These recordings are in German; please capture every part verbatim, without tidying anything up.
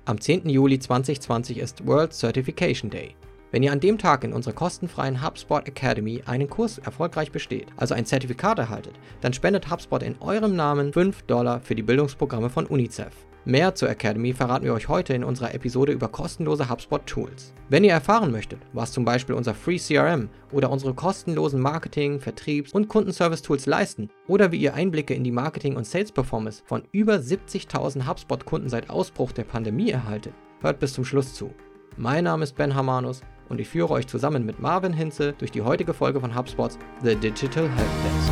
Am zehnten Juli zweitausendzwanzig ist World Certification Day. Wenn ihr an dem Tag in unserer kostenfreien HubSpot Academy einen Kurs erfolgreich besteht, also ein Zertifikat erhaltet, dann spendet HubSpot in eurem Namen fünf Dollar für die Bildungsprogramme von UNICEF. Mehr zur Academy verraten wir euch heute in unserer Episode über kostenlose HubSpot-Tools. Wenn ihr erfahren möchtet, was zum Beispiel unser Free C R M oder unsere kostenlosen Marketing-, Vertriebs- und Kundenservice-Tools leisten oder wie ihr Einblicke in die Marketing- und Sales-Performance von über siebzigtausend HubSpot-Kunden seit Ausbruch der Pandemie erhaltet, hört bis zum Schluss zu. Mein Name ist Ben Hamanus und ich führe euch zusammen mit Marvin Hinze durch die heutige Folge von HubSpots The Digital Helpdesk.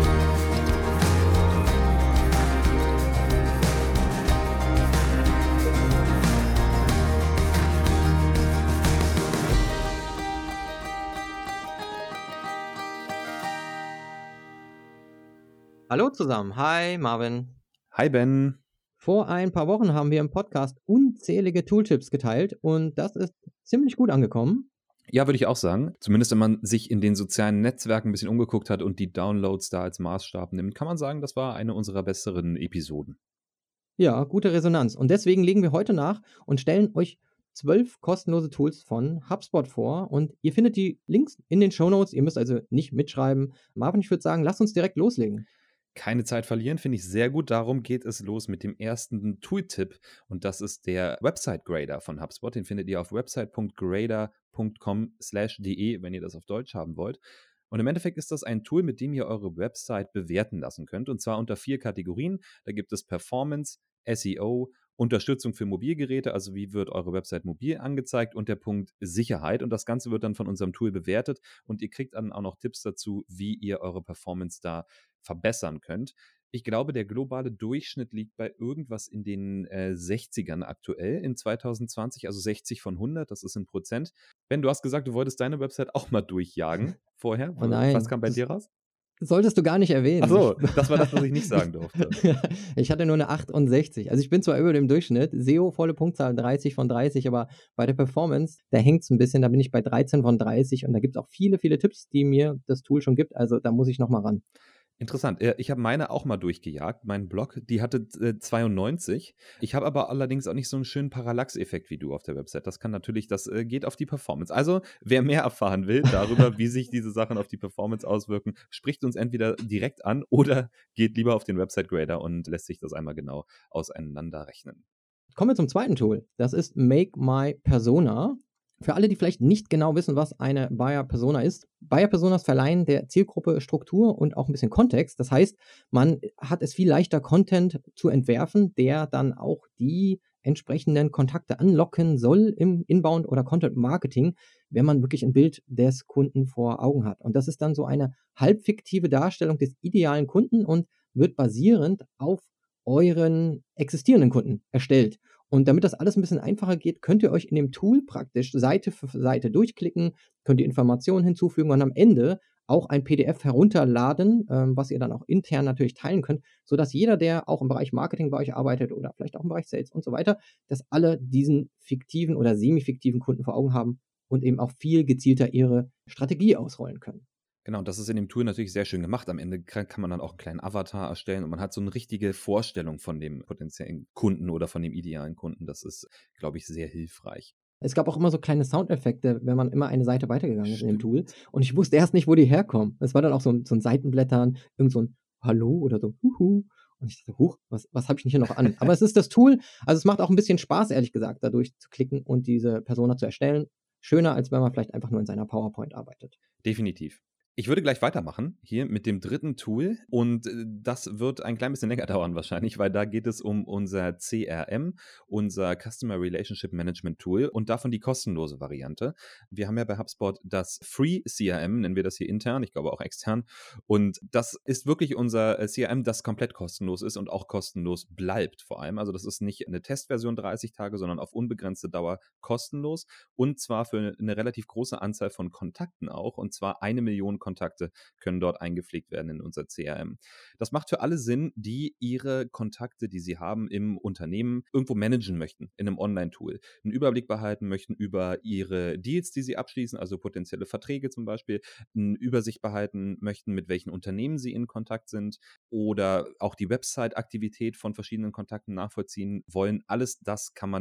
Hallo zusammen, hi Marvin. Hi Ben. Vor ein paar Wochen haben wir im Podcast unzählige Tooltips geteilt und das ist ziemlich gut angekommen. Ja, würde ich auch sagen. Zumindest wenn man sich in den sozialen Netzwerken ein bisschen umgeguckt hat und die Downloads da als Maßstab nimmt, kann man sagen, das war eine unserer besseren Episoden. Ja, gute Resonanz. Und deswegen legen wir heute nach und stellen euch zwölf kostenlose Tools von HubSpot vor. Und ihr findet die Links in den Shownotes. Ihr müsst also nicht mitschreiben. Marvin, ich würde sagen, lasst uns direkt loslegen. Keine Zeit verlieren, finde ich sehr gut. Darum geht es los mit dem ersten Tooltip. Und das ist der Website Grader von HubSpot. Den findet ihr auf website punkt grader punkt com slash de, wenn ihr das auf Deutsch haben wollt. Und im Endeffekt ist das ein Tool, mit dem ihr eure Website bewerten lassen könnt. Und zwar unter vier Kategorien. Da gibt es Performance, S E O, Unterstützung für Mobilgeräte, also wie wird eure Website mobil angezeigt, und der Punkt Sicherheit. Und das Ganze wird dann von unserem Tool bewertet und ihr kriegt dann auch noch Tipps dazu, wie ihr eure Performance da verbessern könnt. Ich glaube, der globale Durchschnitt liegt bei irgendwas in den äh, sechzigern aktuell in zweitausendzwanzig, also sechzig von hundert, das ist in Prozent. Ben, du hast gesagt, du wolltest deine Website auch mal durchjagen vorher. Oh nein, was kam bei das, dir raus? Solltest du gar nicht erwähnen. Ach so, das war das, was ich nicht sagen durfte. Ich hatte nur eine achtundsechzig. Also ich bin zwar über dem Durchschnitt, S E O volle Punktzahl dreißig von dreißig, aber bei der Performance, da hängt es ein bisschen, da bin ich bei dreizehn von dreißig und da gibt es auch viele, viele Tipps, die mir das Tool schon gibt. Also da muss ich nochmal ran. Interessant. Ich habe meine auch mal durchgejagt. Mein Blog, die hatte äh, zweiundneunzig. Ich habe aber allerdings auch nicht so einen schönen Parallax-Effekt wie du auf der Website. Das kann natürlich, das äh, geht auf die Performance. Also, wer mehr erfahren will darüber, wie sich diese Sachen auf die Performance auswirken, spricht uns entweder direkt an oder geht lieber auf den Website Grader und lässt sich das einmal genau auseinanderrechnen. Kommen wir zum zweiten Tool. Das ist Make My Persona. Für alle, die vielleicht nicht genau wissen, was eine Buyer Persona ist, Buyer Personas verleihen der Zielgruppe Struktur und auch ein bisschen Kontext. Das heißt, man hat es viel leichter, Content zu entwerfen, der dann auch die entsprechenden Kontakte anlocken soll im Inbound- oder Content-Marketing, wenn man wirklich ein Bild des Kunden vor Augen hat. Und das ist dann so eine halbfiktive Darstellung des idealen Kunden und wird basierend auf euren existierenden Kunden erstellt. Und damit das alles ein bisschen einfacher geht, könnt ihr euch in dem Tool praktisch Seite für Seite durchklicken, könnt ihr Informationen hinzufügen und am Ende auch ein P D F herunterladen, ähm, was ihr dann auch intern natürlich teilen könnt, sodass jeder, der auch im Bereich Marketing bei euch arbeitet oder vielleicht auch im Bereich Sales und so weiter, dass alle diesen fiktiven oder semi-fiktiven Kunden vor Augen haben und eben auch viel gezielter ihre Strategie ausrollen können. Genau, das ist in dem Tool natürlich sehr schön gemacht. Am Ende kann man dann auch einen kleinen Avatar erstellen und man hat so eine richtige Vorstellung von dem potenziellen Kunden oder von dem idealen Kunden. Das ist, glaube ich, sehr hilfreich. Es gab auch immer so kleine Soundeffekte, wenn man immer eine Seite weitergegangen ist in dem Tool. Und ich wusste erst nicht, wo die herkommen. Es war dann auch so ein, so ein Seitenblättern, irgend so ein Hallo oder so Huhu. Und ich dachte, huch, was, was habe ich nicht hier noch an? Aber es ist das Tool, also es macht auch ein bisschen Spaß, ehrlich gesagt, da durchzuklicken und diese Persona zu erstellen. Schöner, als wenn man vielleicht einfach nur in seiner PowerPoint arbeitet. Definitiv. Ich würde gleich weitermachen hier mit dem dritten Tool und das wird ein klein bisschen länger dauern wahrscheinlich, weil da geht es um unser C R M, unser Customer Relationship Management Tool und davon die kostenlose Variante. Wir haben ja bei HubSpot das Free C R M, nennen wir das hier intern, ich glaube auch extern, und das ist wirklich unser C R M, das komplett kostenlos ist und auch kostenlos bleibt vor allem. Also das ist nicht eine Testversion dreißig Tage, sondern auf unbegrenzte Dauer kostenlos und zwar für eine relativ große Anzahl von Kontakten auch, und zwar eine Million Kontakte können dort eingepflegt werden in unser C R M. Das macht für alle Sinn, die ihre Kontakte, die sie haben im Unternehmen, irgendwo managen möchten in einem Online-Tool, einen Überblick behalten möchten über ihre Deals, die sie abschließen, also potenzielle Verträge zum Beispiel, eine Übersicht behalten möchten, mit welchen Unternehmen sie in Kontakt sind oder auch die Website-Aktivität von verschiedenen Kontakten nachvollziehen wollen. Alles das kann man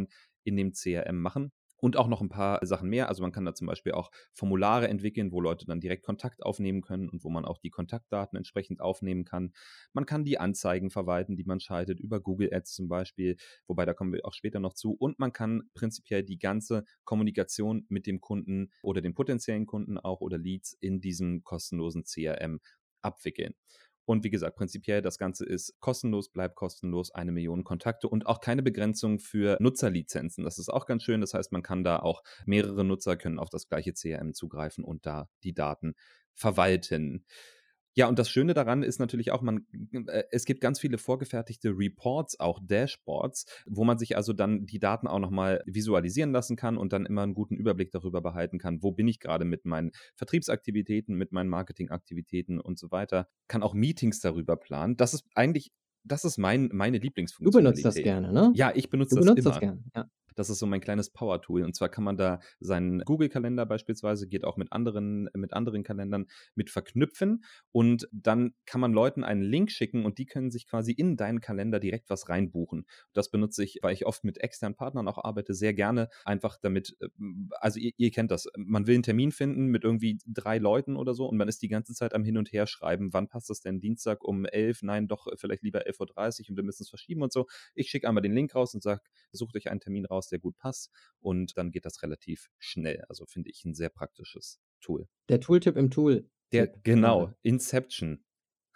in dem C R M machen. Und auch noch ein paar Sachen mehr. Also man kann da zum Beispiel auch Formulare entwickeln, wo Leute dann direkt Kontakt aufnehmen können und wo man auch die Kontaktdaten entsprechend aufnehmen kann. Man kann die Anzeigen verwalten, die man schaltet, über Google Ads zum Beispiel, wobei da kommen wir auch später noch zu. Und man kann prinzipiell die ganze Kommunikation mit dem Kunden oder den potenziellen Kunden auch oder Leads in diesem kostenlosen C R M abwickeln. Und wie gesagt, prinzipiell das Ganze ist kostenlos, bleibt kostenlos, eine Million Kontakte und auch keine Begrenzung für Nutzerlizenzen. Das ist auch ganz schön. Das heißt, man kann da auch mehrere Nutzer können auf das gleiche C R M zugreifen und da die Daten verwalten. Ja, und das Schöne daran ist natürlich auch, man, äh, es gibt ganz viele vorgefertigte Reports, auch Dashboards, wo man sich also dann die Daten auch nochmal visualisieren lassen kann und dann immer einen guten Überblick darüber behalten kann, wo bin ich gerade mit meinen Vertriebsaktivitäten, mit meinen Marketingaktivitäten und so weiter, kann auch Meetings darüber planen. Das ist eigentlich, das ist mein, meine Du benutzt das Lieblingsfunktionalität. gerne, ne? Ja, ich benutze Du das benutzt das immer. gerne, ja. Das ist so mein kleines Power-Tool. Und zwar kann man da seinen Google-Kalender beispielsweise, geht auch mit anderen, mit anderen Kalendern mit verknüpfen. Und dann kann man Leuten einen Link schicken und die können sich quasi in deinen Kalender direkt was reinbuchen. Das benutze ich, weil ich oft mit externen Partnern auch arbeite, sehr gerne. Einfach damit, also ihr, ihr kennt das, man will einen Termin finden mit irgendwie drei Leuten oder so und man ist die ganze Zeit am Hin und Her schreiben. Wann passt das denn? Dienstag um elf? Nein, doch vielleicht lieber elf Uhr dreißig und wir müssen es verschieben und so. Ich schicke einmal den Link raus und sage, sucht euch einen Termin raus, der gut passt und dann geht das relativ schnell. Also finde ich ein sehr praktisches Tool. Der Tooltip im Tool. Der, genau, Inception.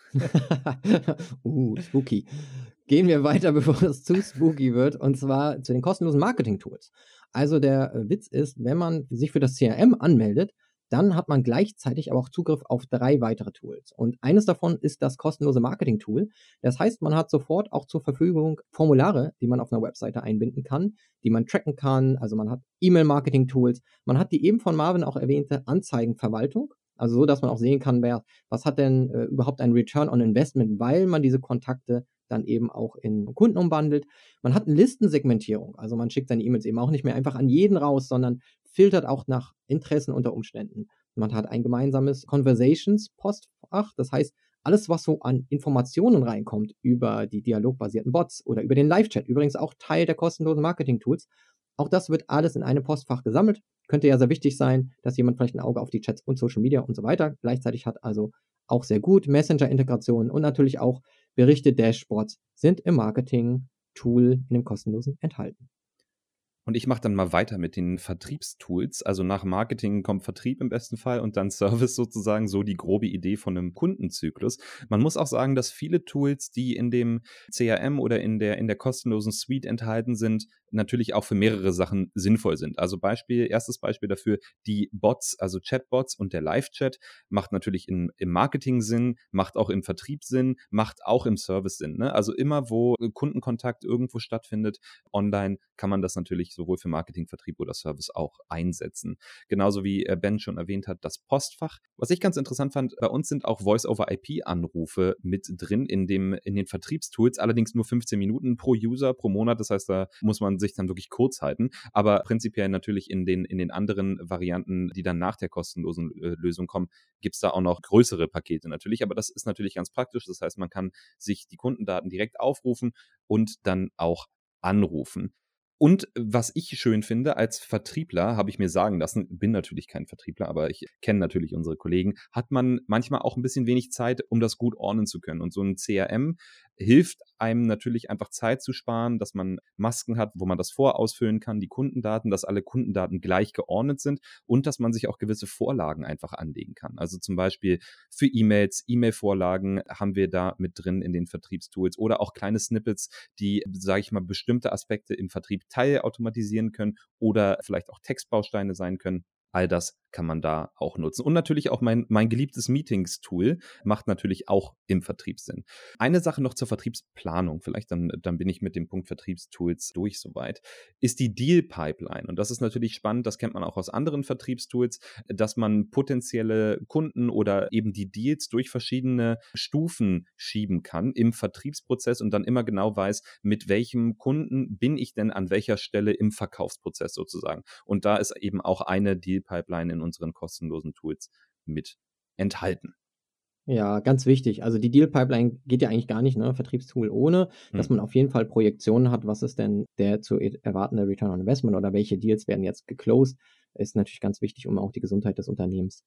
uh, spooky. Gehen wir weiter, bevor es zu spooky wird, und zwar zu den kostenlosen Marketing-Tools. Also der äh, Witz ist, wenn man sich für das C R M anmeldet, dann hat man gleichzeitig aber auch Zugriff auf drei weitere Tools. Und eines davon ist das kostenlose Marketing-Tool. Das heißt, man hat sofort auch zur Verfügung Formulare, die man auf einer Webseite einbinden kann, die man tracken kann. Also man hat E-Mail-Marketing-Tools. Man hat die eben von Marvin auch erwähnte Anzeigenverwaltung. Also so, dass man auch sehen kann, wer, was hat denn äh, überhaupt ein Return on Investment, weil man diese Kontakte dann eben auch in Kunden umwandelt. Man hat eine Listensegmentierung. Also man schickt seine E-Mails eben auch nicht mehr einfach an jeden raus, sondern filtert auch nach Interessen unter Umständen. Man hat ein gemeinsames Conversations-Postfach. Das heißt, alles, was so an Informationen reinkommt über die dialogbasierten Bots oder über den Live-Chat, übrigens auch Teil der kostenlosen Marketing-Tools, auch das wird alles in einem Postfach gesammelt. Könnte ja sehr wichtig sein, dass jemand vielleicht ein Auge auf die Chats und Social Media und so weiter gleichzeitig hat. Also auch sehr gut. Messenger-Integrationen und natürlich auch Berichte, Dashboards sind im Marketing-Tool in dem kostenlosen enthalten. Und ich mache dann mal weiter mit den Vertriebstools. Also nach Marketing kommt Vertrieb im besten Fall und dann Service sozusagen, so die grobe Idee von einem Kundenzyklus. Man muss auch sagen, dass viele Tools, die in dem C R M oder in der, in der kostenlosen Suite enthalten sind, natürlich auch für mehrere Sachen sinnvoll sind. Also Beispiel, erstes Beispiel dafür, die Bots, also Chatbots und der Live-Chat macht natürlich in, im Marketing Sinn, macht auch im Vertrieb Sinn, macht auch im Service Sinn. Ne? Also immer, wo Kundenkontakt irgendwo stattfindet, online, kann man das natürlich sowohl für Marketing, Vertrieb oder Service auch einsetzen. Genauso wie Ben schon erwähnt hat, das Postfach. Was ich ganz interessant fand, bei uns sind auch Voice-over-I P-Anrufe mit drin in, dem, in den Vertriebstools, allerdings nur fünfzehn Minuten pro User pro Monat. Das heißt, da muss man sich dann wirklich kurz halten. Aber prinzipiell natürlich in den, in den anderen Varianten, die dann nach der kostenlosen äh, Lösung kommen, gibt es da auch noch größere Pakete natürlich. Aber das ist natürlich ganz praktisch. Das heißt, man kann sich die Kundendaten direkt aufrufen und dann auch anrufen. Und was ich schön finde, als Vertriebler, habe ich mir sagen lassen, bin natürlich kein Vertriebler, aber ich kenne natürlich unsere Kollegen, hat man manchmal auch ein bisschen wenig Zeit, um das gut ordnen zu können. Und so ein C R M hilft einem natürlich einfach Zeit zu sparen, dass man Masken hat, wo man das vorausfüllen kann, die Kundendaten, dass alle Kundendaten gleich geordnet sind und dass man sich auch gewisse Vorlagen einfach anlegen kann. Also zum Beispiel für E-Mails, E-Mail-Vorlagen haben wir da mit drin in den Vertriebstools oder auch kleine Snippets, die, sage ich mal, bestimmte Aspekte im Vertrieb teilautomatisieren können oder vielleicht auch Textbausteine sein können. All das kann man da auch nutzen. Und natürlich auch mein, mein geliebtes Meetings-Tool macht natürlich auch im Vertrieb Sinn. Eine Sache noch zur Vertriebsplanung, vielleicht dann, dann bin ich mit dem Punkt Vertriebstools durch soweit, ist die Deal-Pipeline. Und das ist natürlich spannend, das kennt man auch aus anderen Vertriebstools, dass man potenzielle Kunden oder eben die Deals durch verschiedene Stufen schieben kann im Vertriebsprozess und dann immer genau weiß, mit welchem Kunden bin ich denn an welcher Stelle im Verkaufsprozess sozusagen. Und da ist eben auch eine Deal-Pipeline in unseren kostenlosen Tools mit enthalten. Ja, ganz wichtig. Also die Deal-Pipeline geht ja eigentlich gar nicht, ne, Vertriebstool ohne, dass Mhm. man auf jeden Fall Projektionen hat, was ist denn der zu e erwartende Return on Investment oder welche Deals werden jetzt geclosed, ist natürlich ganz wichtig, um auch die Gesundheit des Unternehmens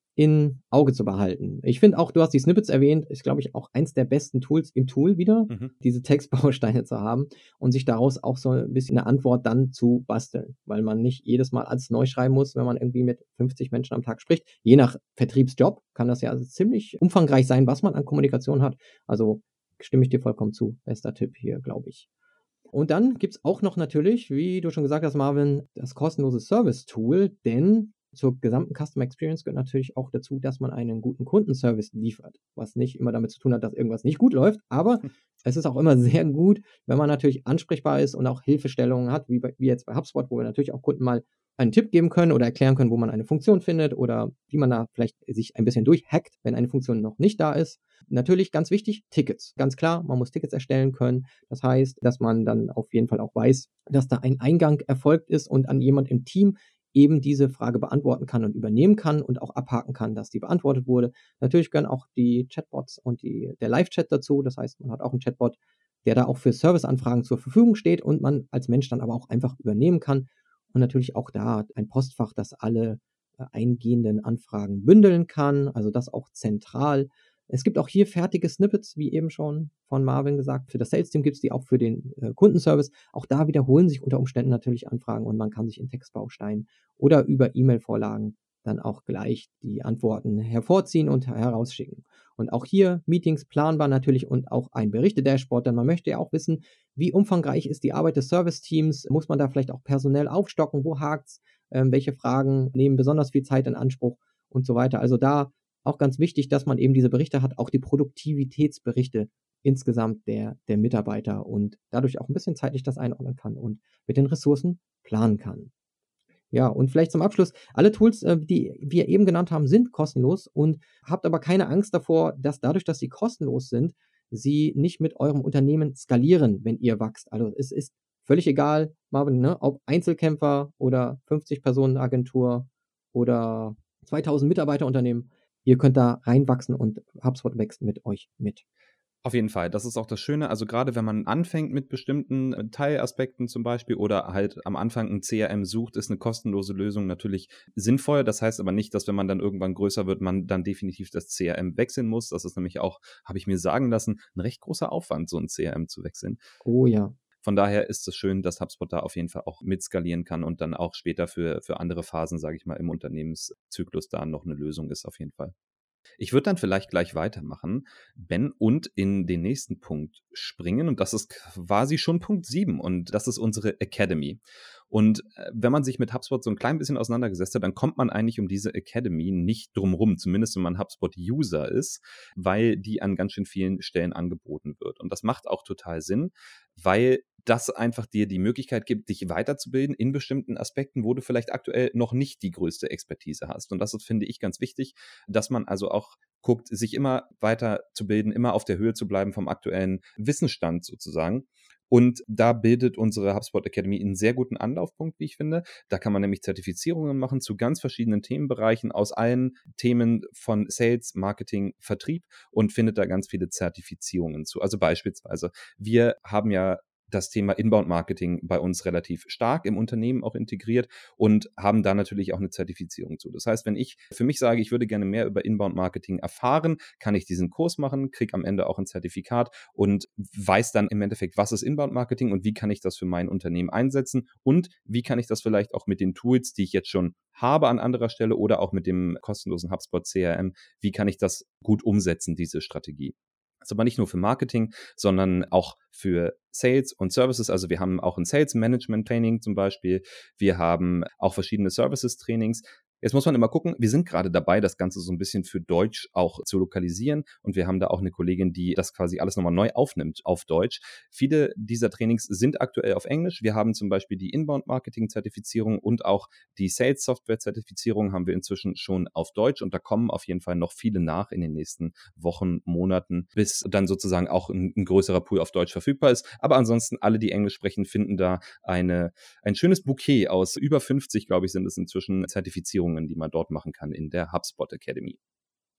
in Auge zu behalten. Ich finde auch, du hast die Snippets erwähnt, ist, glaube ich, auch eins der besten Tools im Tool wieder, Mhm. diese Textbausteine zu haben und sich daraus auch so ein bisschen eine Antwort dann zu basteln, weil man nicht jedes Mal alles neu schreiben muss, wenn man irgendwie mit fünfzig Menschen am Tag spricht. Je nach Vertriebsjob kann das ja also ziemlich umfangreich sein, was man an Kommunikation hat. Also stimme ich dir vollkommen zu. Bester Tipp hier, glaube ich. Und dann gibt's auch noch natürlich, wie du schon gesagt hast, Marvin, das kostenlose Service-Tool, denn zur gesamten Customer Experience gehört natürlich auch dazu, dass man einen guten Kundenservice liefert, was nicht immer damit zu tun hat, dass irgendwas nicht gut läuft, aber es ist auch immer sehr gut, wenn man natürlich ansprechbar ist und auch Hilfestellungen hat, wie bei wie jetzt bei HubSpot, wo wir natürlich auch Kunden mal einen Tipp geben können oder erklären können, wo man eine Funktion findet oder wie man da vielleicht sich ein bisschen durchhackt, wenn eine Funktion noch nicht da ist. Natürlich ganz wichtig, Tickets. Ganz klar, man muss Tickets erstellen können. Das heißt, dass man dann auf jeden Fall auch weiß, dass da ein Eingang erfolgt ist und an jemand im Team eben diese Frage beantworten kann und übernehmen kann und auch abhaken kann, dass die beantwortet wurde. Natürlich gehören auch die Chatbots und die, der Live-Chat dazu. Das heißt, man hat auch einen Chatbot, der da auch für Serviceanfragen zur Verfügung steht und man als Mensch dann aber auch einfach übernehmen kann. Und natürlich auch da ein Postfach, das alle äh, eingehenden Anfragen bündeln kann. Also das auch zentral. Es gibt auch hier fertige Snippets, wie eben schon von Marvin gesagt. Für das Sales-Team gibt es die auch für den äh, Kundenservice. Auch da wiederholen sich unter Umständen natürlich Anfragen und man kann sich in Textbausteinen oder über E-Mail-Vorlagen dann auch gleich die Antworten hervorziehen und herausschicken. Und auch hier Meetings planbar natürlich und auch ein Berichte-Dashboard, denn man möchte ja auch wissen, wie umfangreich ist die Arbeit des Service-Teams? Muss man da vielleicht auch personell aufstocken? Wo hakt's? Ähm, welche Fragen nehmen besonders viel Zeit in Anspruch und so weiter? Also da auch ganz wichtig, dass man eben diese Berichte hat, auch die Produktivitätsberichte insgesamt der, der Mitarbeiter und dadurch auch ein bisschen zeitlich das einordnen kann und mit den Ressourcen planen kann. Ja, und vielleicht zum Abschluss, alle Tools, äh, die wir eben genannt haben, sind kostenlos und habt aber keine Angst davor, dass dadurch, dass sie kostenlos sind, sie nicht mit eurem Unternehmen skalieren, wenn ihr wächst. Also es ist völlig egal, Marvin, ne, ob Einzelkämpfer oder fünfzig-Personen-Agentur oder zweitausend Mitarbeiterunternehmen. Ihr könnt da reinwachsen und HubSpot wächst mit euch mit. Auf jeden Fall, das ist auch das Schöne. Also gerade wenn man anfängt mit bestimmten äh, Teilaspekten zum Beispiel oder halt am Anfang ein C R M sucht, ist eine kostenlose Lösung natürlich sinnvoll. Das heißt aber nicht, dass wenn man dann irgendwann größer wird, man dann definitiv das C R M wechseln muss. Das ist nämlich auch, habe ich mir sagen lassen, ein recht großer Aufwand, so ein C R M zu wechseln. Oh ja. Von daher ist es schön, dass HubSpot da auf jeden Fall auch mitskalieren kann und dann auch später für, für andere Phasen, sage ich mal, im Unternehmenszyklus da noch eine Lösung ist auf jeden Fall. Ich würde dann vielleicht gleich weitermachen, Ben, und in den nächsten Punkt springen. Und das ist quasi schon Punkt sieben. Und das ist unsere Academy. Und äh, wenn man sich mit HubSpot so ein klein bisschen auseinandergesetzt hat, dann kommt man eigentlich um diese Academy nicht drum rum, zumindest wenn man HubSpot-User ist, weil die an ganz schön vielen Stellen angeboten wird. Und das macht auch total Sinn, weil das einfach dir die Möglichkeit gibt, dich weiterzubilden in bestimmten Aspekten, wo du vielleicht aktuell noch nicht die größte Expertise hast. Und das ist, finde ich, ganz wichtig, dass man also auch guckt, sich immer weiterzubilden, immer auf der Höhe zu bleiben vom aktuellen Wissensstand sozusagen. Und da bildet unsere HubSpot Academy einen sehr guten Anlaufpunkt, wie ich finde. Da kann man nämlich Zertifizierungen machen zu ganz verschiedenen Themenbereichen aus allen Themen von Sales, Marketing, Vertrieb und findet da ganz viele Zertifizierungen zu. Also beispielsweise, wir haben ja das Thema Inbound-Marketing bei uns relativ stark im Unternehmen auch integriert und haben da natürlich auch eine Zertifizierung zu. Das heißt, wenn ich für mich sage, ich würde gerne mehr über Inbound-Marketing erfahren, kann ich diesen Kurs machen, kriege am Ende auch ein Zertifikat und weiß dann im Endeffekt, was ist Inbound-Marketing und wie kann ich das für mein Unternehmen einsetzen und wie kann ich das vielleicht auch mit den Tools, die ich jetzt schon habe an anderer Stelle oder auch mit dem kostenlosen HubSpot C R M, wie kann ich das gut umsetzen, diese Strategie. Das ist aber nicht nur für Marketing, sondern auch für Sales und Services. Also wir haben auch ein Sales Management Training zum Beispiel. Wir haben auch verschiedene Services Trainings. Jetzt muss man immer gucken, wir sind gerade dabei, das Ganze so ein bisschen für Deutsch auch zu lokalisieren und wir haben da auch eine Kollegin, die das quasi alles nochmal neu aufnimmt auf Deutsch. Viele dieser Trainings sind aktuell auf Englisch. Wir haben zum Beispiel die Inbound-Marketing-Zertifizierung und auch die Sales-Software-Zertifizierung haben wir inzwischen schon auf Deutsch und da kommen auf jeden Fall noch viele nach in den nächsten Wochen, Monaten, bis dann sozusagen auch ein, ein größerer Pool auf Deutsch verfügbar ist. Aber ansonsten alle, die Englisch sprechen, finden da eine, ein schönes Bouquet aus über fünfzig, glaube ich, sind es inzwischen Zertifizierungen, die man dort machen kann in der HubSpot Academy.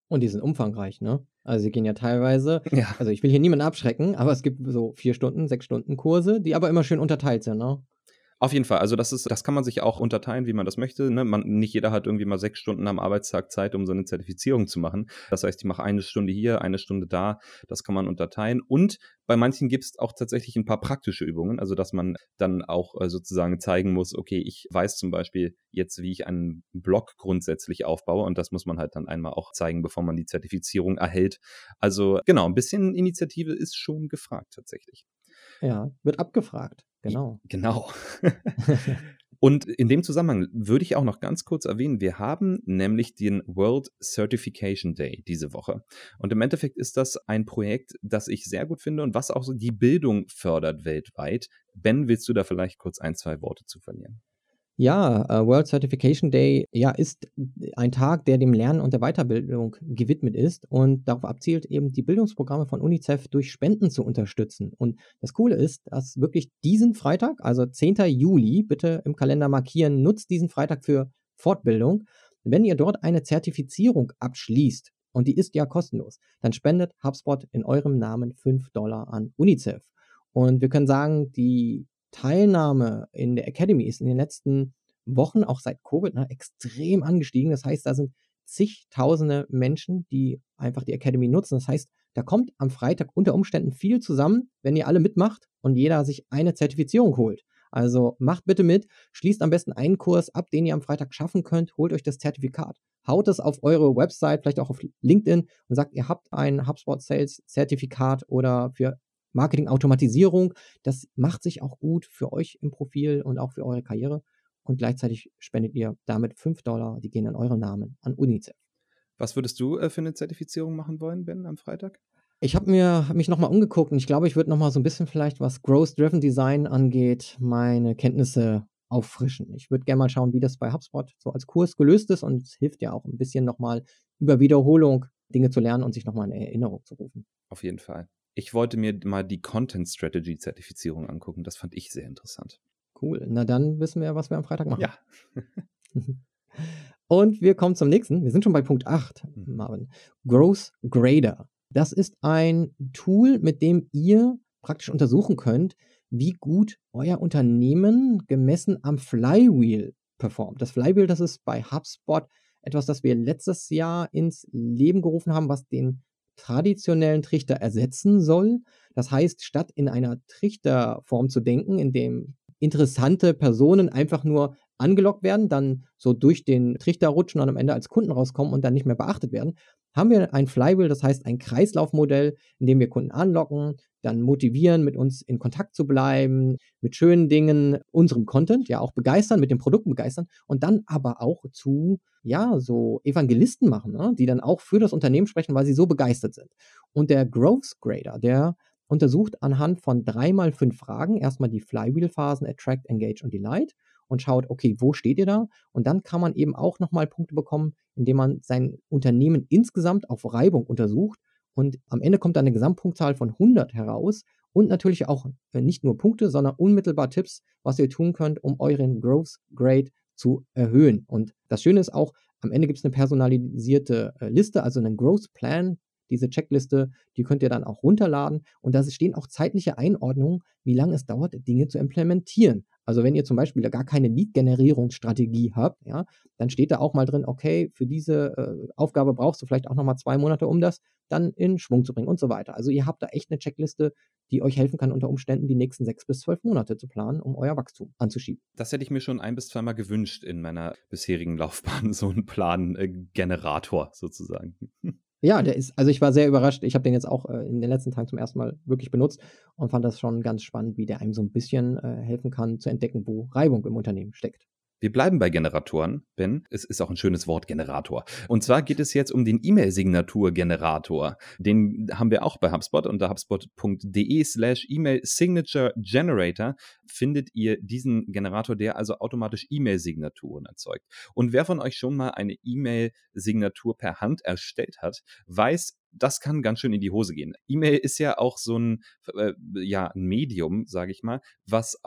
Und die sind umfangreich, ne? Also, sie gehen ja teilweise Ja. also, ich will hier niemanden abschrecken, aber es gibt so vier Stunden, sechs Stunden Kurse, die aber immer schön unterteilt sind, ne? Auf jeden Fall. Also, das ist das kann man sich auch unterteilen, wie man das möchte, ne? Man nicht jeder hat irgendwie mal sechs Stunden am Arbeitstag Zeit, um so 'ne Zertifizierung zu machen. Das heißt, ich mache eine Stunde hier, eine Stunde da. Das kann man unterteilen. Und bei manchen gibt's auch tatsächlich 'n paar praktische Übungen, also, dass man dann auch, äh, sozusagen zeigen muss: „Okay, ich weiß zum Beispiel jetzt, wie ich einen Blog grundsätzlich aufbaue“, und das muss man halt dann einmal auch zeigen, bevor man die Zertifizierung erhält. Also, genau, 'n bisschen Initiative ist schon gefragt tatsächlich. Ja, wird abgefragt, I genau. genau. Und in dem Zusammenhang würde ich auch noch ganz kurz erwähnen, wir haben nämlich den World Certification Day diese Woche. Und im Endeffekt ist das ein Projekt, das ich sehr gut finde und was auch so die Bildung fördert weltweit. Ben, willst du da vielleicht kurz ein, zwei Worte zu verlieren? Ja, äh, World Certification Day, ja, ist ein Tag, der dem Lernen und der Weiterbildung gewidmet ist und darauf abzielt, eben die Bildungsprogramme von UNICEF durch Spenden zu unterstützen. Und das Coole ist, dass wirklich diesen Freitag, also zehnter Juli, bitte im Kalender markieren, nutzt diesen Freitag für Fortbildung. Wenn ihr dort eine Zertifizierung abschließt, und die ist ja kostenlos, dann spendet HubSpot in eurem Namen fünf Dollar an UNICEF. Und wir können sagen, die Teilnahme in der Academy ist in den letzten Wochen, auch seit Covid, ne, extrem angestiegen. Das heißt, da sind zigtausende Menschen, die einfach die Academy nutzen. Das heißt, da kommt am Freitag unter Umständen viel zusammen, wenn ihr alle mitmacht und jeder sich eine Zertifizierung holt. Also macht bitte mit, schließt am besten einen Kurs ab, den ihr am Freitag schaffen könnt, holt euch das Zertifikat. Haut es auf eure Website, vielleicht auch auf LinkedIn und sagt, ihr habt ein HubSpot Sales Zertifikat oder für Marketing-Automatisierung. Das macht sich auch gut für euch im Profil und auch für eure Karriere. Und gleichzeitig spendet ihr damit fünf Dollar, die gehen in eurem Namen an UNICEF. Was würdest du, äh, für 'ne Zertifizierung machen wollen, Ben, am Freitag? Ich habe mir habe mich noch mal umgeguckt und ich glaube, ich würde noch mal so 'n bisschen vielleicht, was Growth Driven Design angeht, meine Kenntnisse auffrischen. Ich würde gern mal schauen, wie das bei HubSpot so als Kurs gelöst ist und es hilft ja auch 'n bisschen noch mal über Wiederholung Dinge zu lernen und sich noch mal in Erinnerung zu rufen. Auf jeden Fall. Ich wollte mir mal die Content Strategy Zertifizierung angucken. Das fand ich sehr interessant. Cool. Na, dann wissen wir ja, was wir am Freitag machen. Ja. Und wir kommen zum nächsten. Wir sind schon bei Punkt acht, Mhm. Marvin. Growth Grader. Das ist ein Tool, mit dem ihr praktisch untersuchen könnt, wie gut euer Unternehmen gemessen am Flywheel performt. Das Flywheel, das ist bei HubSpot etwas, das wir letztes Jahr ins Leben gerufen haben, was den traditionellen Trichter ersetzen soll. Das heißt, statt in einer Trichterform zu denken, in dem interessante Personen einfach nur angelockt werden, dann so durch den Trichter rutschen und am Ende als Kunden rauskommen und dann nicht mehr beachtet werden, haben wir ein Flywheel, das heißt ein Kreislaufmodell, in dem wir Kunden anlocken, dann motivieren, mit uns in Kontakt zu bleiben, mit schönen Dingen, unserem Content, ja auch begeistern, mit den Produkten begeistern und dann aber auch zu, ja, so Evangelisten machen, ne, die dann auch für das Unternehmen sprechen, weil sie so begeistert sind. Und der Growth Grader, der untersucht anhand von drei mal fünf Fragen erst mal die Flywheel-Phasen Attract, Engage und Delight und schaut, okay, wo steht ihr da? Und dann kann man eben auch noch mal Punkte bekommen, indem man sein Unternehmen insgesamt auf Reibung untersucht und am Ende kommt dann 'ne Gesamtpunktzahl von hundert heraus und natürlich auch, äh, nicht nur Punkte, sondern unmittelbar Tipps, was ihr tun könnt, um euren Growth Grade zu erhöhen. Und das Schöne ist auch, am Ende gibt's 'ne personalisierte, äh, Liste, also 'nen Growth Plan. Diese Checkliste, die könnt ihr dann auch runterladen und da stehen auch zeitliche Einordnungen, wie lange es dauert, Dinge zu implementieren. Also, wenn ihr zum Beispiel da gar keine Lead-Generierungsstrategie habt, ja, dann steht da auch mal drin: „Okay, für diese, äh, Aufgabe brauchst du vielleicht auch noch mal zwei Monate, um das dann in Schwung zu bringen“ und so weiter. Also, ihr habt da echt 'ne Checkliste, die euch helfen kann, unter Umständen die nächsten sechs bis zwölf Monate zu planen, um euer Wachstum anzuschieben. Das hätte ich mir schon ein bis zweimal gewünscht in meiner bisherigen Laufbahn, so 'n Plan äh, Generator sozusagen. Ja, der ist also, ich war sehr überrascht. Ich habe den jetzt auch, äh, in den letzten Tagen zum ersten Mal wirklich benutzt und fand das schon ganz spannend, wie der einem so 'n bisschen, äh, helfen kann zu entdecken, wo Reibung im Unternehmen steckt. Wir bleiben bei Generatoren, Ben. Es ist auch 'n schönes Wort, Generator. Und zwar geht es jetzt um den E-Mail-Signatur-Generator. Den haben wir auch bei HubSpot. Unter hubspot.de slash E-Mail-Signature-Generator findet ihr diesen Generator, der also automatisch E-Mail-Signaturen erzeugt. Und wer von euch schon mal eine E-Mail-Signatur per Hand erstellt hat, weiß, das kann ganz schön in die Hose gehen. E-Mail ist ja auch so 'n, äh, ja, 'n Medium, sage ich mal, was auf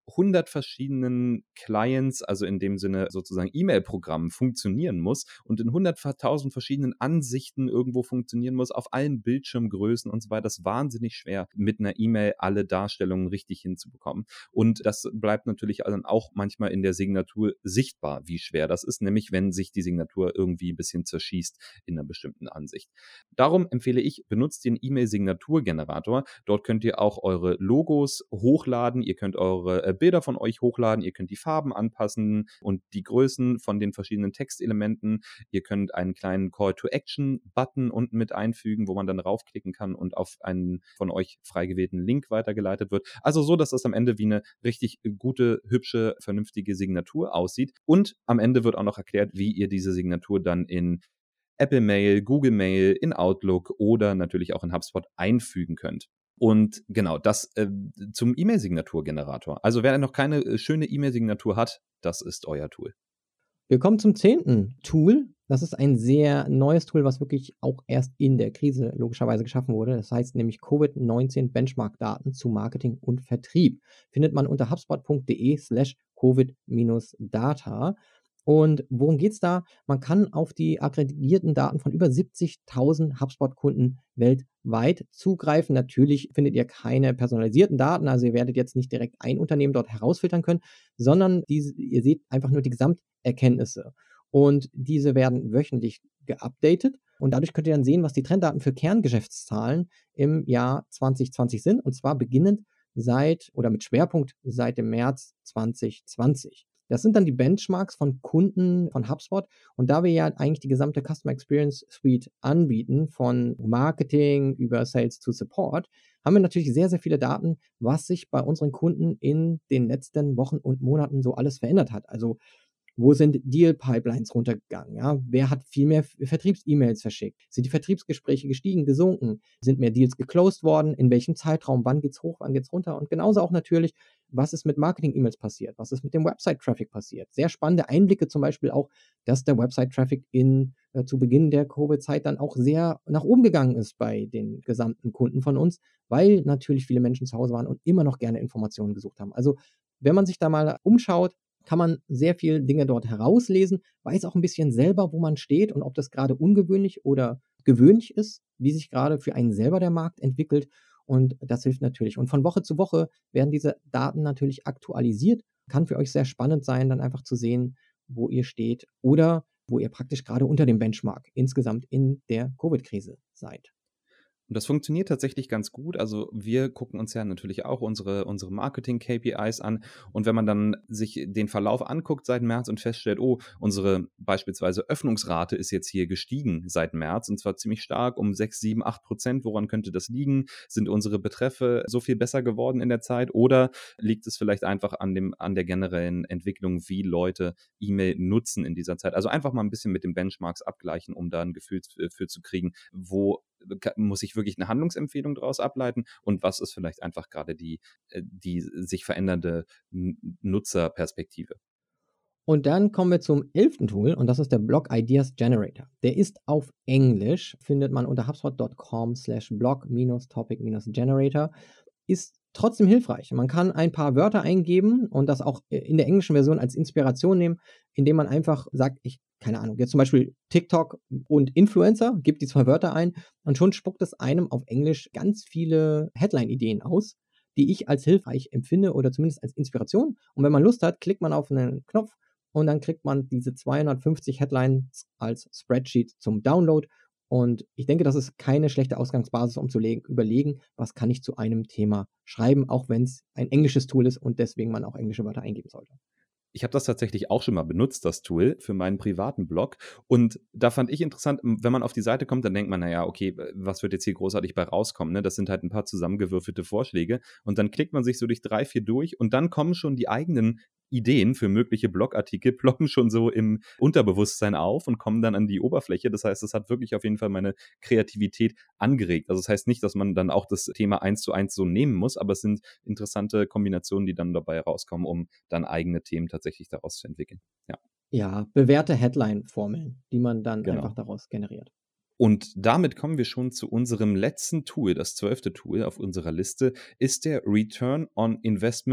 hundert verschiedenen Clients, also in dem Sinne sozusagen E-Mail-Programmen funktionieren muss und in hunderttausend verschiedenen Ansichten irgendwo funktionieren muss, auf allen Bildschirmgrößen und so weiter. Das ist wahnsinnig schwer, mit einer E-Mail alle Darstellungen richtig hinzubekommen. Und das bleibt natürlich dann auch manchmal in der Signatur sichtbar, wie schwer das ist, nämlich wenn sich die Signatur irgendwie ein bisschen zerschießt in einer bestimmten Ansicht. Darum empfehle ich, benutzt den E-Mail-Signaturgenerator. Dort könnt ihr auch eure Logos hochladen, ihr könnt eure äh, Bilder von euch hochladen, ihr könnt die Farben anpassen und die Größen von den verschiedenen Textelementen. Ihr könnt einen kleinen Call-to-Action-Button unten mit einfügen, wo man dann raufklicken kann und auf einen von euch frei gewählten Link weitergeleitet wird. Also so, dass das am Ende wie eine richtig gute, hübsche, vernünftige Signatur aussieht. Und am Ende wird auch noch erklärt, wie ihr diese Signatur dann in Apple Mail, Google Mail, in Outlook oder natürlich auch in HubSpot einfügen könnt. Und genau, das äh, zum E-Mail-Signaturgenerator. Also wer noch keine äh, schöne E-Mail-Signatur hat, das ist euer Tool. Wir kommen zum zehnten Tool. Das ist ein sehr neues Tool, was wirklich auch erst in der Krise logischerweise geschaffen wurde. Das heißt nämlich Covid neunzehn Benchmark-Daten zu Marketing und Vertrieb. Findet man unter hubspot.de slash Covid-Data. Und worum geht es da? Man kann auf die aggregierten Daten von über siebzigtausend HubSpot-Kunden weltweit zugreifen. Natürlich findet ihr keine personalisierten Daten, also ihr werdet jetzt nicht direkt ein Unternehmen dort herausfiltern können, sondern diese, ihr seht einfach nur die Gesamterkenntnisse. Und diese werden wöchentlich geupdatet und dadurch könnt ihr dann sehen, was die Trenddaten für Kerngeschäftszahlen im Jahr zwanzig zwanzig sind, und zwar beginnend seit oder mit Schwerpunkt seit dem März zwanzig zwanzig. Das sind dann die Benchmarks von Kunden von HubSpot. Und da wir ja eigentlich die gesamte Customer Experience Suite anbieten, von Marketing über Sales zu Support, haben wir natürlich sehr, sehr viele Daten, was sich bei unseren Kunden in den letzten Wochen und Monaten so alles verändert hat. Also wo sind Deal-Pipelines runtergegangen? Ja? Wer hat viel mehr Vertriebs-E-Mails verschickt? Sind die Vertriebsgespräche gestiegen, gesunken? Sind mehr Deals geclosed worden? In welchem Zeitraum? Wann geht's hoch? Wann geht's runter? Und genauso auch natürlich, was ist mit Marketing-E-Mails passiert? Was ist mit dem Website-Traffic passiert? Sehr spannende Einblicke zum Beispiel auch, dass der Website-Traffic in, äh, zu Beginn der Covid-Zeit dann auch sehr nach oben gegangen ist bei den gesamten Kunden von uns, weil natürlich viele Menschen zu Hause waren und immer noch gerne Informationen gesucht haben. Also wenn man sich da mal umschaut, kann man sehr viele Dinge dort herauslesen, weiß auch ein bisschen selber, wo man steht und ob das gerade ungewöhnlich oder gewöhnlich ist, wie sich gerade für einen selber der Markt entwickelt. Und das hilft natürlich. Und von Woche zu Woche werden diese Daten natürlich aktualisiert. Kann für euch sehr spannend sein, dann einfach zu sehen, wo ihr steht oder wo ihr praktisch gerade unter dem Benchmark insgesamt in der Covid-Krise seid. Und das funktioniert tatsächlich ganz gut. Also wir gucken uns ja natürlich auch unsere, unsere Marketing-K P Is an. Und wenn man dann sich den Verlauf anguckt seit März und feststellt, oh, unsere beispielsweise Öffnungsrate ist jetzt hier gestiegen seit März und zwar ziemlich stark um sechs, sieben, acht Prozent. Woran könnte das liegen? Sind unsere Betreffe so viel besser geworden in der Zeit? Oder liegt es vielleicht einfach an dem, an der generellen Entwicklung, wie Leute E-Mail nutzen in dieser Zeit? Also einfach mal ein bisschen mit den Benchmarks abgleichen, um da ein Gefühl für zu kriegen, wo muss ich wirklich eine Handlungsempfehlung daraus ableiten und was ist vielleicht einfach gerade die, die sich verändernde Nutzerperspektive. Und dann kommen wir zum elften Tool und das ist der Blog Ideas Generator. Der ist auf Englisch, findet man unter hubspot.com slash blog minus topic minus generator. Ist trotzdem hilfreich. Man kann ein paar Wörter eingeben und das auch in der englischen Version als Inspiration nehmen, indem man einfach sagt, ich, keine Ahnung, jetzt zum Beispiel TikTok und Influencer, gibt die zwei Wörter ein und schon spuckt es einem auf Englisch ganz viele Headline-Ideen aus, die ich als hilfreich empfinde oder zumindest als Inspiration. Und wenn man Lust hat, klickt man auf einen Knopf und dann kriegt man diese zweihundertfünfzig Headlines als Spreadsheet zum Download. Und ich denke, das ist keine schlechte Ausgangsbasis, um zu le- überlegen, was kann ich zu einem Thema schreiben, auch wenn es ein englisches Tool ist und deswegen man auch englische Wörter eingeben sollte. Ich habe das tatsächlich auch schon mal benutzt, das Tool, für meinen privaten Blog. Und da fand ich interessant, wenn man auf die Seite kommt, dann denkt man, naja, okay, was wird jetzt hier großartig bei rauskommen? Ne? Das sind halt ein paar zusammengewürfelte Vorschläge. Und dann klickt man sich so durch drei, vier durch und dann kommen schon die eigenen Ideen für mögliche Blogartikel, ploppen schon so im Unterbewusstsein auf und kommen dann an die Oberfläche. Das heißt, es hat wirklich auf jeden Fall meine Kreativität angeregt. Also das heißt nicht, dass man dann auch das Thema eins zu eins so nehmen muss, aber es sind interessante Kombinationen, die dann dabei rauskommen, um dann eigene Themen tatsächlich daraus zu entwickeln. Ja, ja, bewährte Headline-Formeln, die man dann genau. einfach daraus generiert. Und damit kommen wir schon zu unserem letzten Tool. Das zwölfte Tool auf unserer Liste ist der Return on Investment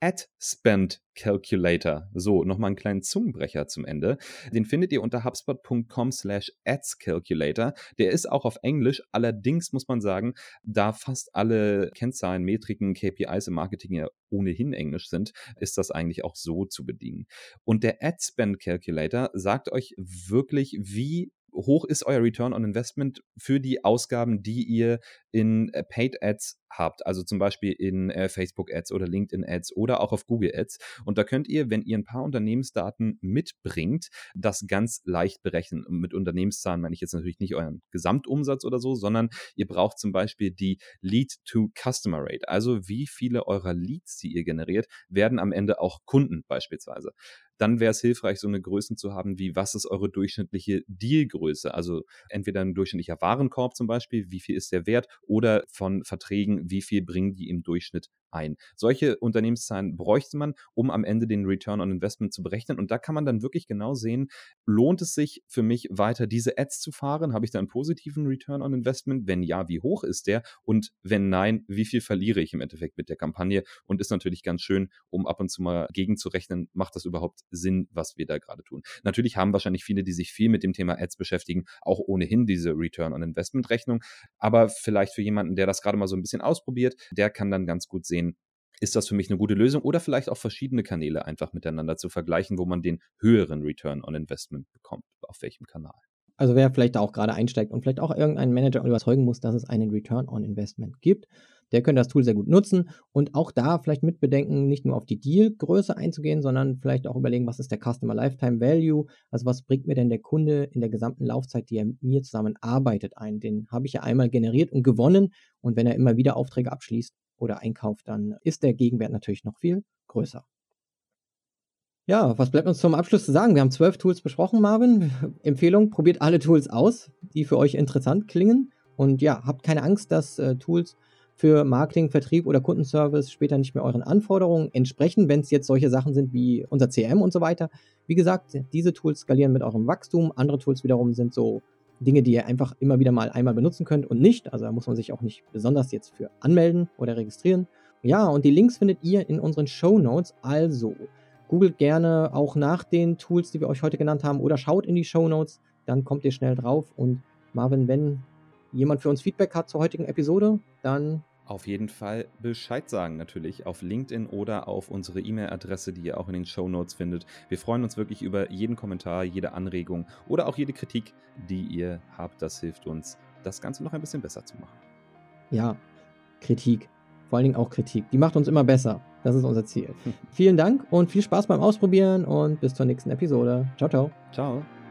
Ad Spend Calculator. So, nochmal einen kleinen Zungenbrecher zum Ende. Den findet ihr unter hubspot.com slash ads calculator. Der ist auch auf Englisch. Allerdings muss man sagen, da fast alle Kennzahlen, Metriken, K P Is im Marketing ja ohnehin Englisch sind, ist das eigentlich auch so zu bedienen. Und der Ad Spend Calculator sagt euch wirklich, wie hoch ist euer Return on Investment für die Ausgaben, die ihr in äh, Paid Ads habt, also zum Beispiel in äh, Facebook Ads oder LinkedIn Ads oder auch auf Google Ads. Und da könnt ihr, wenn ihr ein paar Unternehmensdaten mitbringt, das ganz leicht berechnen. Und mit Unternehmenszahlen meine ich jetzt natürlich nicht euren Gesamtumsatz oder so, sondern ihr braucht zum Beispiel die Lead-to-Customer-Rate, also wie viele eurer Leads, die ihr generiert, werden am Ende auch Kunden beispielsweise. Dann wäre es hilfreich, so eine Größe zu haben, wie was ist eure durchschnittliche Dealgröße? Also entweder ein durchschnittlicher Warenkorb zum Beispiel, wie viel ist der Wert, oder von Verträgen, wie viel bringen die im Durchschnitt ein. Solche Unternehmenszahlen bräuchte man, um am Ende den Return on Investment zu berechnen. Und da kann man dann wirklich genau sehen, lohnt es sich für mich weiter diese Ads zu fahren? Habe ich da einen positiven Return on Investment? Wenn ja, wie hoch ist der? Und wenn nein, wie viel verliere ich im Endeffekt mit der Kampagne? Und ist natürlich ganz schön, um ab und zu mal gegenzurechnen, macht das überhaupt Sinn, was wir da gerade tun. Natürlich haben wahrscheinlich viele, die sich viel mit dem Thema Ads beschäftigen, auch ohnehin diese Return on Investment Rechnung. Aber vielleicht für jemanden, der das gerade mal so ein bisschen ausprobiert, der kann dann ganz gut sehen, ist das für mich eine gute Lösung, oder vielleicht auch verschiedene Kanäle einfach miteinander zu vergleichen, wo man den höheren Return on Investment bekommt, auf welchem Kanal. Also wer vielleicht da auch gerade einsteigt und vielleicht auch irgendeinen Manager überzeugen muss, dass es einen Return on Investment gibt, der könnte das Tool sehr gut nutzen und auch da vielleicht mit bedenken, nicht nur auf die Dealgröße einzugehen, sondern vielleicht auch überlegen, was ist der Customer Lifetime Value, also was bringt mir denn der Kunde in der gesamten Laufzeit, die er mit mir zusammen arbeitet, ein. Den habe ich ja einmal generiert und gewonnen, und wenn er immer wieder Aufträge abschließt oder einkauft, dann ist der Gegenwert natürlich noch viel größer. Ja, was bleibt uns zum Abschluss zu sagen? Wir haben zwölf Tools besprochen, Marvin. Empfehlung, probiert alle Tools aus, die für euch interessant klingen. Und ja, habt keine Angst, dass äh, Tools für Marketing, Vertrieb oder Kundenservice später nicht mehr euren Anforderungen entsprechen, wenn es jetzt solche Sachen sind wie unser C R M und so weiter. Wie gesagt, diese Tools skalieren mit eurem Wachstum. Andere Tools wiederum sind so Dinge, die ihr einfach immer wieder mal einmal benutzen könnt und nicht. Also da muss man sich auch nicht besonders jetzt für anmelden oder registrieren. Ja, und die Links findet ihr in unseren Shownotes. Also googelt gerne auch nach den Tools, die wir euch heute genannt haben, oder schaut in die Shownotes, dann kommt ihr schnell drauf. Und Marvin, wenn jemand für uns Feedback hat zur heutigen Episode, dann auf jeden Fall Bescheid sagen, natürlich auf LinkedIn oder auf unsere E-Mail-Adresse, die ihr auch in den Shownotes findet. Wir freuen uns wirklich über jeden Kommentar, jede Anregung oder auch jede Kritik, die ihr habt. Das hilft uns, das Ganze noch ein bisschen besser zu machen. Ja, Kritik, vor allen Dingen auch Kritik, die macht uns immer besser. Das ist unser Ziel. Vielen Dank und viel Spaß beim Ausprobieren und bis zur nächsten Episode. Ciao, ciao. Ciao.